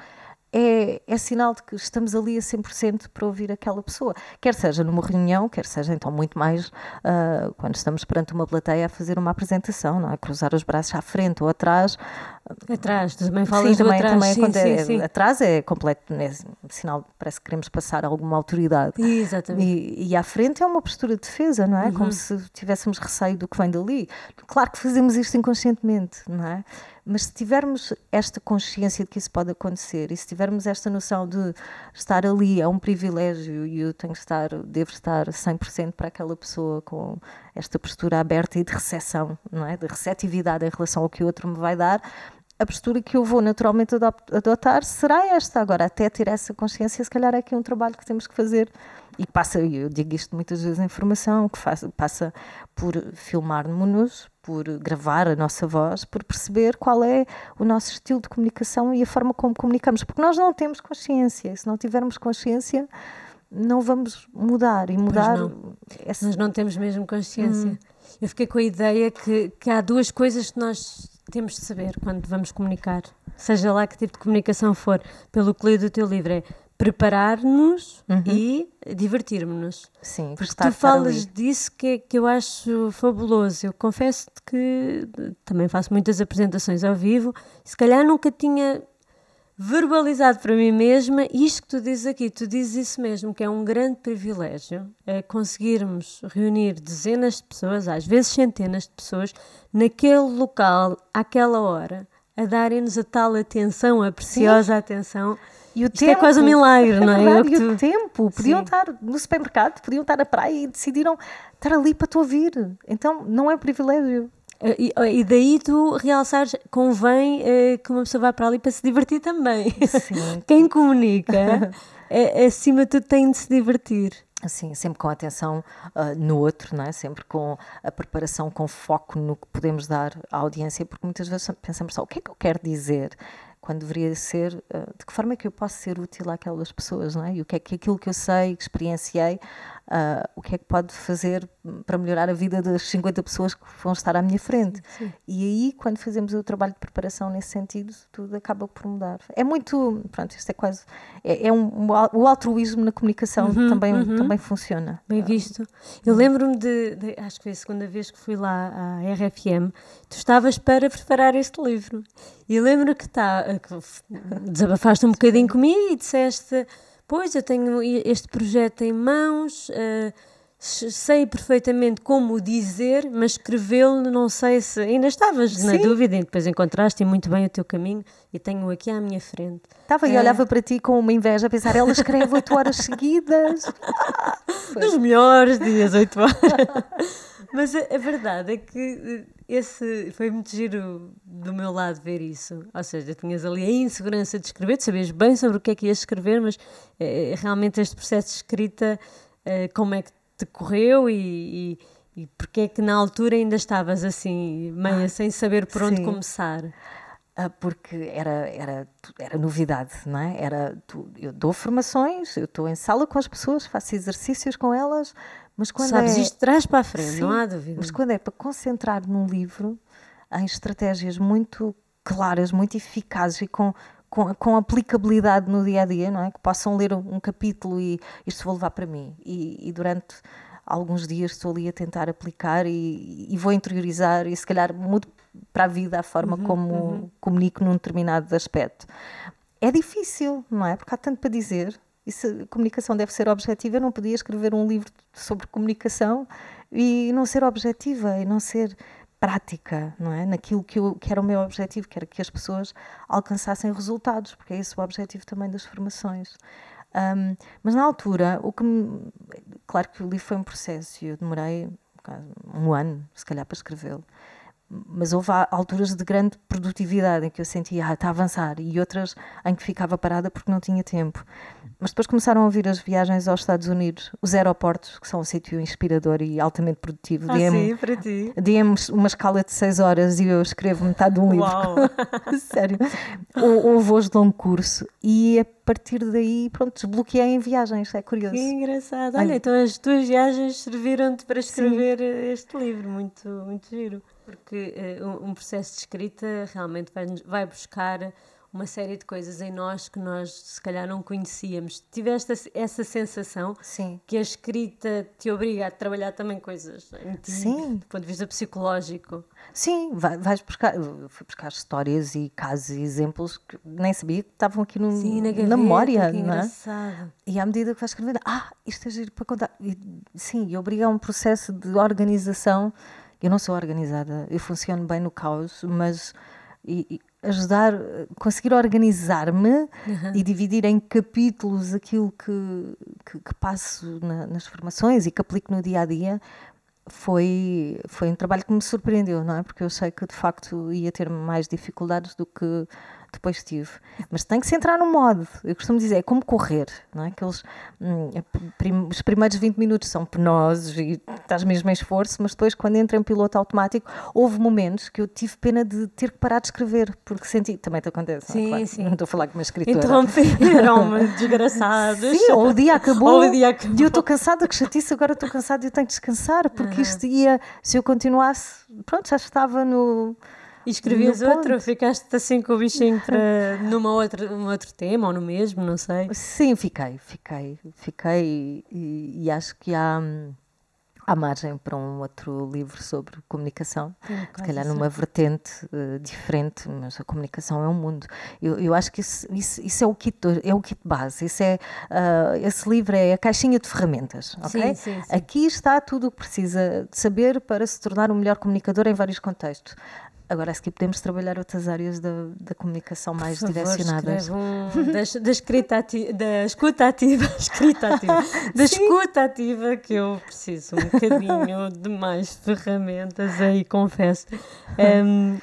é, é sinal de que estamos ali a cem por cento para ouvir aquela pessoa. Quer seja numa reunião, quer seja então muito mais uh, quando estamos perante uma plateia a fazer uma apresentação, não é? Cruzar os braços à frente ou atrás. Atrás, tu também falas sim, do também, atrás. Também sim, acontece, sim, sim. Atrás é completo, é sinal, parece que queremos passar alguma autoridade. Exatamente. E, e à frente é uma postura de defesa, não é? Uhum. Como se tivéssemos receio do que vem dali. Claro que fazemos isto inconscientemente, não é? Mas se tivermos esta consciência de que isso pode acontecer e se tivermos esta noção de estar ali é um privilégio e eu tenho que estar, devo estar cem por cento para aquela pessoa com esta postura aberta e de recepção, não é? De receptividade em relação ao que o outro me vai dar, a postura que eu vou naturalmente adotar será esta. Agora, até ter essa consciência, se calhar é aqui um trabalho que temos que fazer e que passa, eu digo isto muitas vezes em formação, que faz, passa por filmar-nos, por gravar a nossa voz, por perceber qual é o nosso estilo de comunicação e a forma como comunicamos, porque nós não temos consciência, e se não tivermos consciência não vamos mudar, e mudar... Não. Essa... Nós não temos mesmo consciência. Hum. Eu fiquei com a ideia que, que há duas coisas que nós temos de saber quando vamos comunicar, seja lá que tipo de comunicação for, pelo que li do teu livro, é preparar-nos uhum. e divertir-nos. Sim, porque tu falas disso que, que eu acho fabuloso. Eu confesso-te que também faço muitas apresentações ao vivo, se calhar nunca tinha verbalizado para mim mesma isto que tu dizes aqui. Tu dizes isso mesmo, que é um grande privilégio é conseguirmos reunir dezenas de pessoas, às vezes centenas de pessoas, naquele local, àquela hora, a darem-nos a tal atenção, a preciosa Sim. atenção. E o Isto tempo, é quase um milagre, não é? é verdade, e tu... o tempo. Podiam Sim. estar no supermercado, podiam estar na praia e decidiram estar ali para te ouvir. Então, não é um privilégio. E, e daí tu realçares, convém uh, que uma pessoa vá para ali para se divertir também. Sim. Quem comunica, é, acima de tudo, tem de se divertir. Assim, sempre com a atenção uh, no outro, não é? Sempre com a preparação, com foco no que podemos dar à audiência, porque muitas vezes pensamos só, o que é que eu quero dizer? Quando deveria ser, uh, de que forma é que eu posso ser útil àquelas pessoas, não é? E o que é que aquilo que eu sei, que experienciei, uh, o que é que pode fazer para melhorar a vida das cinquenta pessoas que vão estar à minha frente. Sim, sim. E aí, quando fazemos o trabalho de preparação nesse sentido, tudo acaba por mudar. É muito, pronto, isto é quase, é, é um, um, o altruísmo na comunicação uhum, também, uhum. também funciona. Bem visto. Eu lembro-me de, de, acho que foi a segunda vez que fui lá à R F M, tu estavas para preparar este livro. E lembro que, tá, que desabafaste um bocadinho comigo e disseste, pois, eu tenho este projeto em mãos, uh, sei perfeitamente como o dizer, mas escrevê-lo não sei se... Ainda estavas Sim. na dúvida e depois encontraste muito bem o teu caminho e tenho-o aqui à minha frente. Estava e é. olhava para ti com uma inveja a pensar, ela escreve oito horas seguidas. Nos melhores dias, oito horas. Mas a, a verdade é que esse foi muito giro do meu lado ver isso. Ou seja, tinhas ali a insegurança de escrever, tu sabias bem sobre o que é que ias escrever, mas é, realmente este processo de escrita, é, como é que te correu e, e, e porque é que na altura ainda estavas assim, meio ah, sem saber por onde sim. começar? Ah, porque era, era, era novidade, não é? Era, tu, eu dou formações, eu estou em sala com as pessoas, faço exercícios com elas, Mas quando Sabes é... isto de trás para a frente, Sim, não há dúvida. Mas quando é para concentrar num livro em estratégias muito claras, muito eficazes e com, com, com aplicabilidade no dia-a-dia, não é? Que possam ler um, um capítulo e isto vou levar para mim. E, e durante alguns dias estou ali a tentar aplicar e, e vou interiorizar e se calhar mudo para a vida a forma Uhum, como uhum. comunico num determinado aspecto. É difícil, não é? Porque há tanto para dizer. E se a comunicação deve ser objetiva, eu não podia escrever um livro sobre comunicação e não ser objetiva e não ser prática, não é? Naquilo que, eu, que era o meu objetivo, que era que as pessoas alcançassem resultados, porque é esse o objetivo também das formações. Um, mas na altura, o que me, claro que o livro foi um processo e eu demorei um ano, se calhar, para escrevê-lo. Mas houve alturas de grande produtividade em que eu sentia, ah, está a avançar, e outras em que ficava parada porque não tinha tempo. Mas depois começaram a vir as viagens aos Estados Unidos, os aeroportos, que são um sítio inspirador e altamente produtivo. Ah, sim, para ti. Dê-me uma escala de seis horas e eu escrevo metade de um livro. Uau! Sério. Ou, ou voos de longo curso. E a partir daí, pronto, desbloqueei em viagens, é curioso. Que engraçado. Olha, então as tuas viagens serviram-te para escrever sim. este livro, muito, muito giro. Porque uh, um processo de escrita realmente vai, vai buscar uma série de coisas em nós que nós se calhar não conhecíamos. Tiveste essa sensação sim. que a escrita te obriga a trabalhar também coisas em ti, sim. do ponto de vista psicológico? Sim, vais buscar, fui buscar histórias e casos e exemplos que nem sabia que estavam aqui no, sim, na, gaveta, na memória. Que não é? engraçado. E à medida que vais escrevendo, ah, isto é giro para contar. E, sim, e obriga a um processo de organização. Eu não sou organizada, eu funciono bem no caos, mas e, e ajudar, conseguir organizar-me uhum. e dividir em capítulos aquilo que, que, que passo na, nas formações e que aplico no dia-a-dia, foi, foi um trabalho que me surpreendeu, não é? Porque eu sei que de facto ia ter mais dificuldades do que depois tive. Mas tem que se entrar no modo. Eu costumo dizer, é como correr, não é? Aqueles, hum, prim, os primeiros vinte minutos são penosos e estás mesmo em esforço, mas depois quando entra em piloto automático, houve momentos que eu tive pena de ter que parar de escrever, porque senti, também te acontece, sim, não é? Claro, sim. não estou a falar com uma escritora. Interromperam-me, desgraçados. Sim, ou o dia acabou, ou o dia acabou. E eu estou cansada, que chatice, agora estou cansada e eu tenho que descansar, porque uhum. isto ia, se eu continuasse, pronto, já estava no... E escrevias outro? Ficaste assim com o bichinho para numa outra, um outro tema ou no mesmo, não sei. Sim, fiquei, fiquei, fiquei e, e acho que há, há margem para um outro livro sobre comunicação, se calhar numa vertente uh, diferente, mas a comunicação é um mundo. Eu, eu acho que isso, isso, isso é, o kit, é o kit base, isso é, uh, esse livro é a caixinha de ferramentas, ok? Sim, sim, sim. Aqui está tudo o que precisa de saber para se tornar um melhor comunicador em vários contextos. Agora, se podemos trabalhar outras áreas da, da comunicação mais Por favor, direcionadas. Um, da, da, escrita ati, da escuta ativa, escrita ativa, da escuta ativa, que eu preciso um bocadinho de mais ferramentas aí, confesso. Um,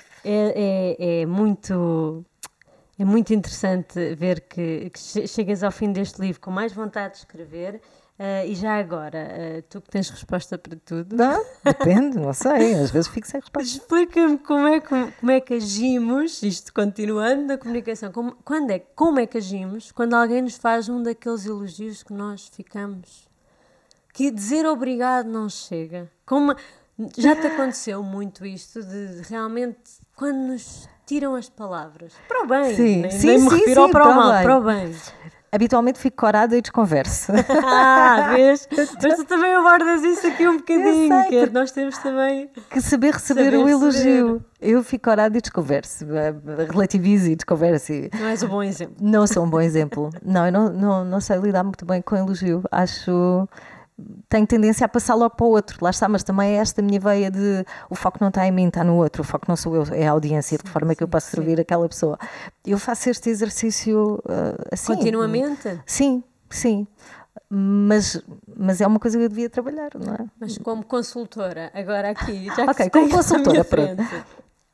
é, é, é muito... É muito interessante ver que, que chegas ao fim deste livro com mais vontade de escrever. Uh, e já agora, uh, tu que tens resposta para tudo. Não, depende, não sei, às vezes fico sem resposta. Explica-me como é, como, como é que agimos, isto continuando na comunicação, como, quando é, como é que agimos quando alguém nos faz um daqueles elogios que nós ficamos, que dizer obrigado não chega. Como, já te aconteceu muito isto de, de realmente, quando nos tiram as palavras, para o bem, sim, nem, sim, nem me sim, refiro sim, ao para o mal, bem. para o bem. Habitualmente fico corada e desconverso. Ah, vês? Mas tu também abordas isso aqui um bocadinho, sei, que é, nós temos também... Que saber receber saber o elogio. Receber. Eu fico corada e desconverso, relativizo e desconverso. E... Não és um bom exemplo. Não sou um bom exemplo. Não, eu não, não, não sei lidar muito bem com elogio. Acho... Tenho tendência a passar logo para o outro, lá está, mas também é esta minha veia de o foco não está em mim, está no outro, o foco não sou eu, é a audiência, sim, de que forma sim, que eu posso servir sim. aquela pessoa. Eu faço este exercício uh, assim. Continuamente? Sim, sim. Mas, mas é uma coisa que eu devia trabalhar, não é? Mas como consultora, agora aqui, já que ok, como consultora, pronto. Frente.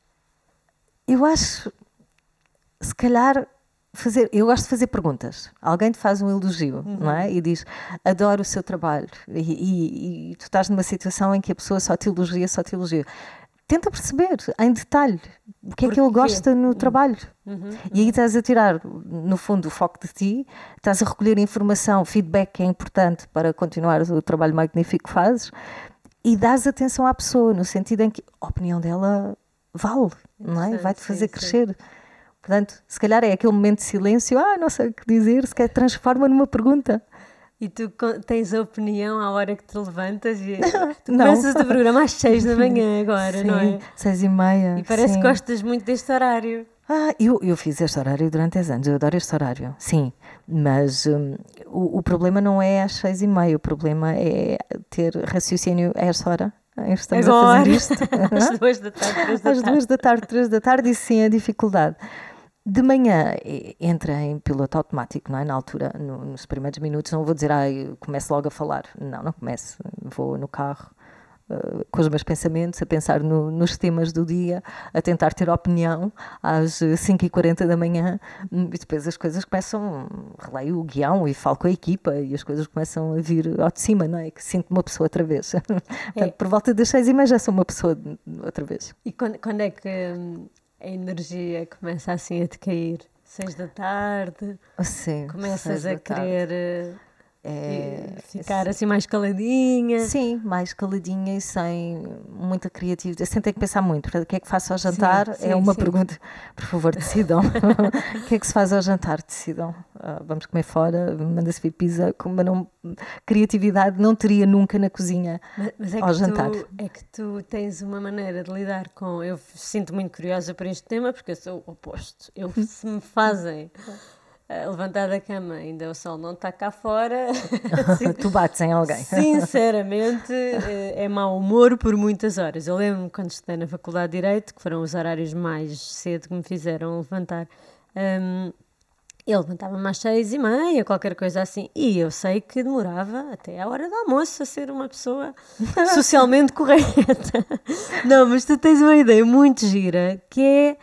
Eu acho, se calhar. Fazer, eu gosto de fazer perguntas. Alguém te faz um elogio, uhum. não é? E diz, adoro o seu trabalho. E, e, e tu estás numa situação em que a pessoa só te elogia, só te elogia. tenta perceber em detalhe o que é que ele Porquê? gosta no Uhum. trabalho. Uhum. E aí estás a tirar, no fundo, o foco de ti, estás a recolher informação, feedback que é importante para continuar o trabalho magnífico que fazes, e dás atenção à pessoa, no sentido em que a opinião dela vale, não é? Vai-te fazer sim, crescer. Sim. Portanto, se calhar é aquele momento de silêncio, ah, não sei o que dizer, se calhar transforma numa pergunta. E tu tens a opinião à hora que te levantas e tu Não. começas o programa às seis da manhã agora, sim, não é? seis e meia. E parece sim. que gostas muito deste horário. Ah, eu, eu fiz este horário durante dez anos, eu adoro este horário, sim, mas um, o, o problema não é às seis e meia, o problema é ter raciocínio a esta hora. Estamos Agora, a fazer isto. às duas da tarde, três da Às tarde. duas da tarde, três da tarde, isso sim é dificuldade. De manhã entra em piloto automático, não é? Na altura, no, nos primeiros minutos, não vou dizer, ah, eu começo logo a falar. Não, não começo. Vou no carro uh, com os meus pensamentos, a pensar no, nos temas do dia, a tentar ter opinião às cinco e quarenta da manhã, e depois as coisas começam, releio o guião e falo com a equipa e as coisas começam a vir ao de cima, não é? Que sinto uma pessoa outra vez. Portanto, É. por volta das seis e meia já sou uma pessoa outra vez. E quando, quando é que hum, a energia começa assim a decair? Seis da tarde? Sim, Começas seis a da tarde. querer uh, É, ficar assim mais caladinha? Sim, mais caladinha e sem muita criatividade. Sem ter que pensar muito. Portanto, o que é que faço ao jantar? Sim, sim, é uma sim. pergunta. Por favor, decidam. O que é que se faz ao jantar? Decidam. Uh, vamos comer fora, manda-se vir pizza. Como não, criatividade não teria nunca na cozinha Mas, mas é ao que jantar. Tu, é que tu tens uma maneira de lidar com... Eu sinto muito curiosa por este tema porque eu sou o oposto. Eu, se me fazem uh, levantar da cama ainda o sol não está cá fora... assim, Tu bates em alguém. Sinceramente, uh, é mau humor por muitas horas. Eu lembro-me quando estudei na Faculdade de Direito, que foram os horários mais cedo que me fizeram levantar... Um, Eu levantava-me às seis e meia, qualquer coisa assim, e eu sei que demorava até à hora do almoço a ser uma pessoa socialmente correta. Não, mas tu tens uma ideia muito gira, que é,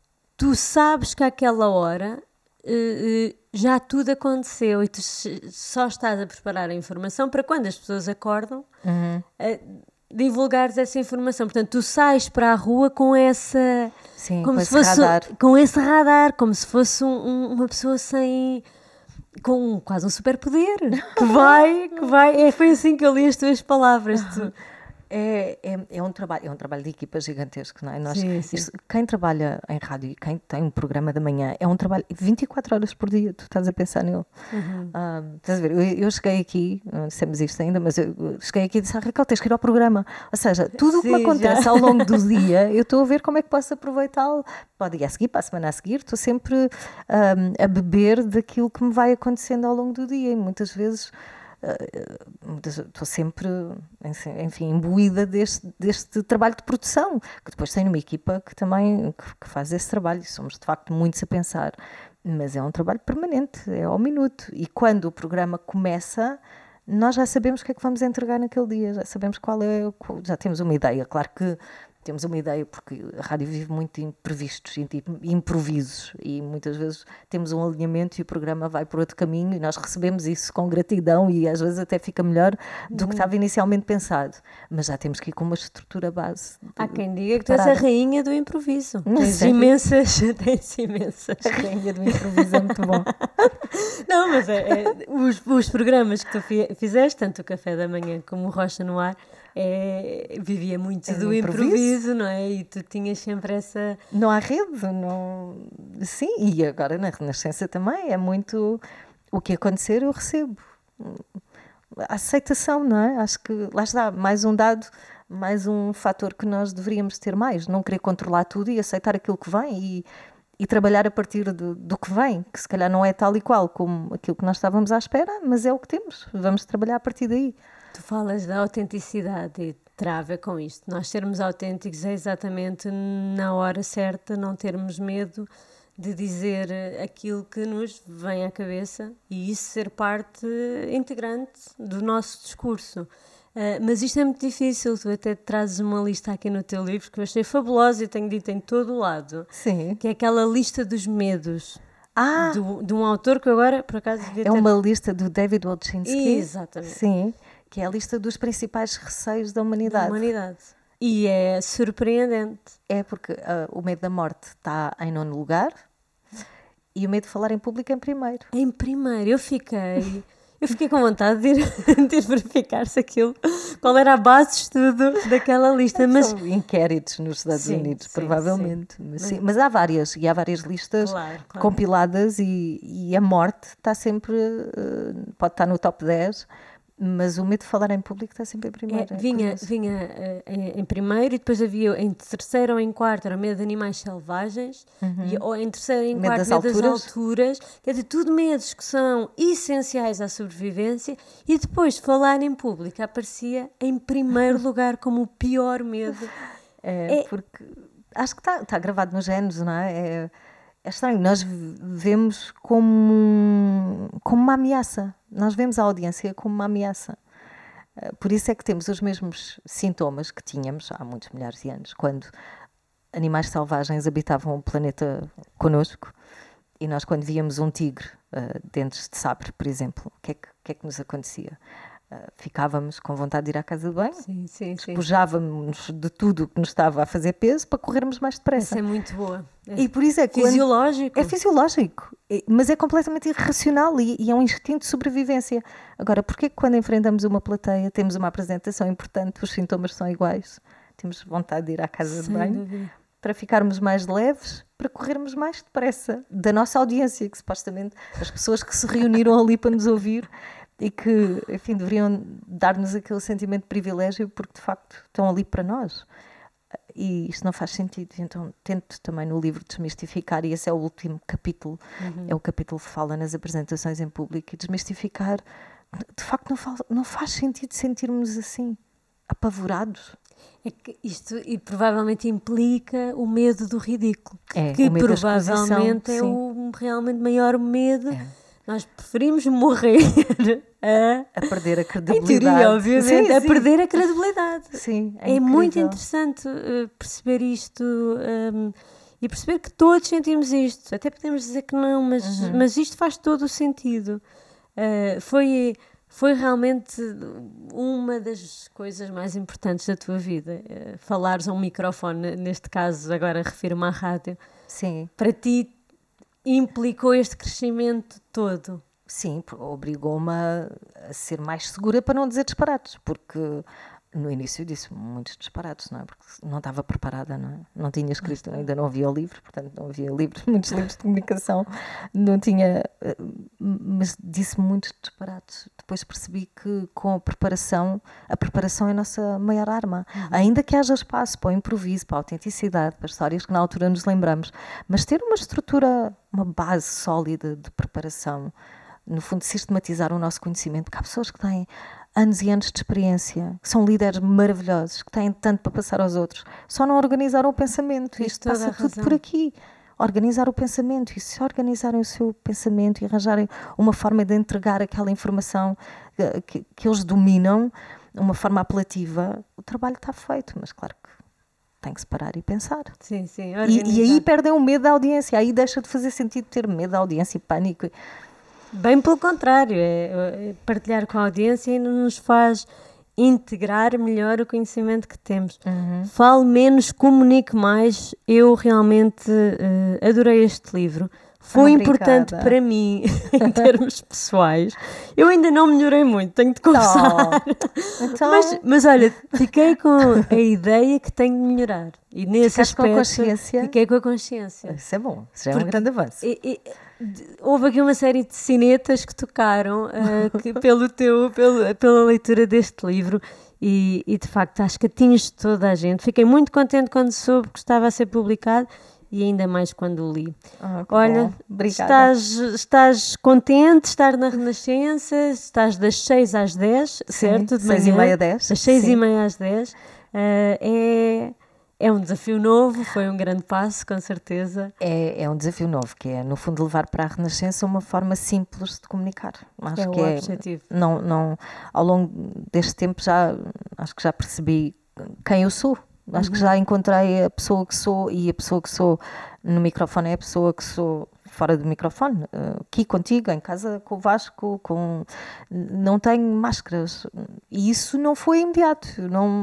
tu sabes que àquela hora uh, uh, já tudo aconteceu e tu só estás a preparar a informação para quando as pessoas acordam, Uhum. uh, divulgares essa informação. Portanto, tu sais para a rua com essa... Sim, como com se esse fosse, radar. Com esse radar, como se fosse um, um, uma pessoa sem... com quase um superpoder. Que vai, que vai... É, foi assim que eu li as tuas palavras. Tu... É, é, é, um trabalho, é um trabalho de equipa gigantesco, não é? Nós, Sim, sim. Isto, quem trabalha em rádio e quem tem um programa da manhã é um trabalho vinte e quatro horas por dia, tu estás a pensar nele. Uhum. Um, estás a ver? Eu, eu cheguei aqui, não dissemos isto ainda, mas eu cheguei aqui e disse, ah, Raquel, tens que ir ao programa. Ou seja, tudo o que me acontece já. Ao longo do dia, eu estou a ver como é que posso aproveitá-lo para o dia a seguir, para a semana a seguir, estou sempre um, a beber daquilo que me vai acontecendo ao longo do dia e muitas vezes... estou uh, sempre, enfim, imbuída deste, deste trabalho de produção, que depois tenho uma equipa que também que, que faz esse trabalho, somos de facto muitos a pensar, mas é um trabalho permanente, é ao minuto, e quando o programa começa, nós já sabemos o que é que vamos entregar naquele dia, já sabemos qual é, já temos uma ideia, claro que temos uma ideia, porque a rádio vive muito de imprevistos e improvisos e muitas vezes temos um alinhamento e o programa vai por outro caminho e nós recebemos isso com gratidão e às vezes até fica melhor do uhum. que estava inicialmente pensado, mas já temos que ir com uma estrutura base. Há quem diga que tu és a rainha do improviso. Não tens sei. imensas, tens imensas. A rainha do improviso é muito bom. Não, mas é, é, os, os programas que tu fizeste, tanto o Café da Manhã como o Rocha no Ar, É, vivia muito é do improviso. improviso, não é? E tu tinhas sempre essa... Não há rede, não... Sim, e agora na Renascença também é muito o que acontecer eu recebo. A aceitação, não é? Acho que lá está, mais um dado, mais um fator que nós deveríamos ter mais, não querer controlar tudo e aceitar aquilo que vem e, e trabalhar a partir do, do que vem, que se calhar não é tal e qual como aquilo que nós estávamos à espera, mas é o que temos, vamos trabalhar a partir daí. Tu falas da autenticidade e terá a ver com isto. Nós sermos autênticos é exatamente na hora certa, não termos medo de dizer aquilo que nos vem à cabeça e isso ser parte integrante do nosso discurso. Uh, mas isto é muito difícil, tu até trazes uma lista aqui no teu livro que eu achei fabulosa e tenho dito em todo o lado. Sim. Que é aquela lista dos medos. Ah! Do, de um autor que agora, por acaso, devia ter... É uma lista do David Olchinski. Exatamente. Sim. Que é a lista dos principais receios da humanidade. Da humanidade. E é surpreendente. É porque uh, o medo da morte está em nono lugar e o medo de falar em público em primeiro. Em primeiro, eu fiquei... Eu fiquei com vontade de ir, de ir verificar se aquilo, qual era a base de estudo daquela lista. Mas... São inquéritos nos Estados sim, Unidos, sim, provavelmente. Sim. Mas, sim, mas há várias, e há várias listas claro, claro. compiladas e, e a morte está sempre, uh, pode estar no top dez, mas o medo de falar em público está sempre em primeiro. É, vinha é vinha uh, em, em primeiro e depois havia em terceiro ou em quarto era medo de animais selvagens, uhum. e, ou em terceiro ou em medo quarto das medo alturas. das alturas. Quer dizer, tudo medos que são essenciais à sobrevivência, e depois falar em público aparecia em primeiro lugar como o pior medo. É, é... porque acho que está tá gravado nos genes, não é? É, é estranho, nós vemos como, como uma ameaça, nós vemos a audiência como uma ameaça. Por isso é que temos os mesmos sintomas que tínhamos há muitos milhares de anos, quando animais selvagens habitavam o planeta connosco, e nós, quando víamos um tigre, uh, dentes de sabre, por exemplo, o que é que, que, é que nos acontecia? Uh, ficávamos com vontade de ir à casa de banho, sim, sim, despojávamos de tudo o que nos estava a fazer peso para corrermos mais depressa. Essa é muito boa. É e por isso é fisiológico. Quando, é fisiológico, mas é completamente irracional e, e é um instinto de sobrevivência. Agora, porquê que quando enfrentamos uma plateia, temos uma apresentação importante, os sintomas são iguais, temos vontade de ir à casa Sem de banho, dúvida. Para ficarmos mais leves, para corrermos mais depressa da nossa audiência, que supostamente as pessoas que se reuniram ali para nos ouvir e que, enfim, deveriam dar-nos aquele sentimento de privilégio porque, de facto, estão ali para nós. E isto não faz sentido. Então, tento também no livro desmistificar, e esse é o último capítulo, uhum. é o capítulo que fala nas apresentações em público, e desmistificar, de facto, não faz, não faz sentido sentirmos assim, apavorados. É que isto e provavelmente implica o medo do ridículo, é, que o medo provavelmente é sim. o realmente maior medo. É. Nós preferimos morrer a, a perder a credibilidade. Em teoria, obviamente, sim, a sim. perder a credibilidade. Sim, é, é muito interessante uh, perceber isto um, e perceber que todos sentimos isto. Até podemos dizer que não, mas, uhum. mas isto faz todo o sentido. Uh, foi... Foi realmente uma das coisas mais importantes da tua vida, uh, falares a um microfone, neste caso agora refiro-me à rádio. Sim. Para ti implicou este crescimento todo? Sim, obrigou-me a, a ser mais segura para não dizer disparates, porque no início disse muitos disparates, não é? Porque não estava preparada, não é? Não tinha escrito, ainda não havia o livro, portanto não havia livros, muitos livros de comunicação, não tinha, mas disse muitos disparates. Depois percebi que com a preparação, a preparação é a nossa maior arma, uhum. ainda que haja espaço para o improviso, para a autenticidade, para histórias que na altura nos lembramos, mas ter uma estrutura, uma base sólida de preparação, no fundo sistematizar o nosso conhecimento, porque há pessoas que têm anos e anos de experiência, que são líderes maravilhosos, que têm tanto para passar aos outros, só não organizaram o pensamento. Isto passa tudo por aqui. Organizar o pensamento, e se organizarem o seu pensamento e arranjarem uma forma de entregar aquela informação que, que eles dominam, uma forma apelativa, o trabalho está feito, mas claro que tem que se parar e pensar. Sim, sim. E, e aí perdem o medo da audiência, aí deixa de fazer sentido ter medo da audiência e pânico. Bem pelo contrário, é, é partilhar com a audiência ainda nos faz integrar melhor o conhecimento que temos. Uhum. Fale menos, comunique mais. Eu realmente uh, adorei este livro. Foi Obrigada. Importante para mim, em termos pessoais. Eu ainda não melhorei muito, tenho de confessar. Oh. Então... Mas, mas olha, fiquei com a ideia que tenho de melhorar. E nesse Ficaste aspecto, com a consciência? Fiquei com a consciência. Isso é bom, isso já é Porque, um grande avanço. E, e, houve aqui uma série de sinetas que tocaram uh, que, pelo teu, pelo, pela leitura deste livro. E, e de facto acho que atinge toda a gente. Fiquei muito contente quando soube que estava a ser publicado. E ainda mais quando o li. Oh, Olha, estás, estás contente de estar na Renascença, estás das seis às dez, certo? De seis e meia às dez. Das seis e meia às dez. Uh, é, é um desafio novo, foi um grande passo, com certeza. É, é um desafio novo, que é, no fundo, levar para a Renascença uma forma simples de comunicar. Acho é que o é, objetivo. Não, não, ao longo deste tempo já, acho que já percebi quem eu sou. Acho uhum. que já encontrei a pessoa que sou, e a pessoa que sou no microfone é a pessoa que sou fora do microfone. Aqui contigo, em casa com o Vasco, com... não tenho máscaras. E isso não foi imediato. Não,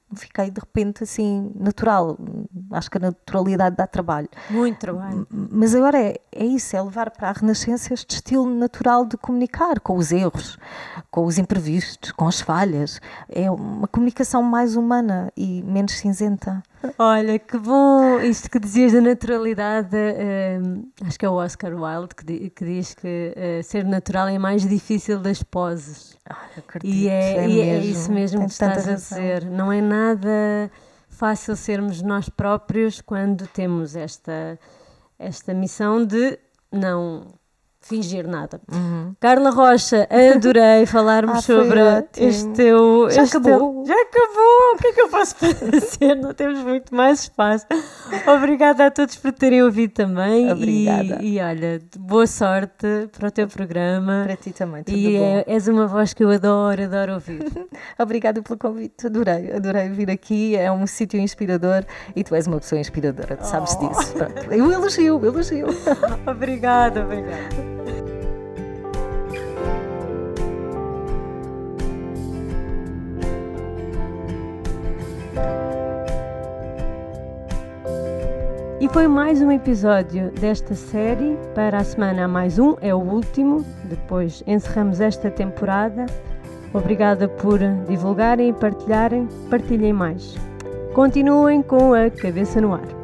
fiquei de repente assim natural. Acho que a naturalidade dá trabalho. Muito trabalho. Mas agora é, é isso, é levar para a Renascença este estilo natural de comunicar, com os erros, com os imprevistos, com as falhas. É uma comunicação mais humana e menos cinzenta. Olha, que bom isto que dizias da naturalidade. Uh, acho que é o Oscar Wilde que, di- que diz que uh, ser natural é mais difícil das poses. Ai, acredito, E é, é e é mesmo. isso mesmo Tens que estás tanta a razão. dizer. Não é nada fácil sermos nós próprios quando temos esta, esta missão de não fingir nada. Uhum. Carla Rocha, adorei falarmos Ah, foi sobre ótimo. este teu... Já este acabou? teu- Já acabou! O que é que eu posso fazer? Não temos muito mais espaço. Obrigada a todos por terem ouvido também. Obrigada. E, e olha, boa sorte para o teu programa. Para ti também, tudo E bom. é, és uma voz que eu adoro, adoro ouvir. Obrigada pelo convite, adorei, adorei vir aqui, é um sítio inspirador e tu és uma pessoa inspiradora, tu sabes Oh. disso. Pronto. Eu elogio, eu elogio. Obrigada, obrigada. E foi mais um episódio desta série. Para a semana há mais um, é o último. Depois encerramos esta temporada. Obrigada por divulgarem e partilharem. Partilhem mais. Continuem com a cabeça no ar.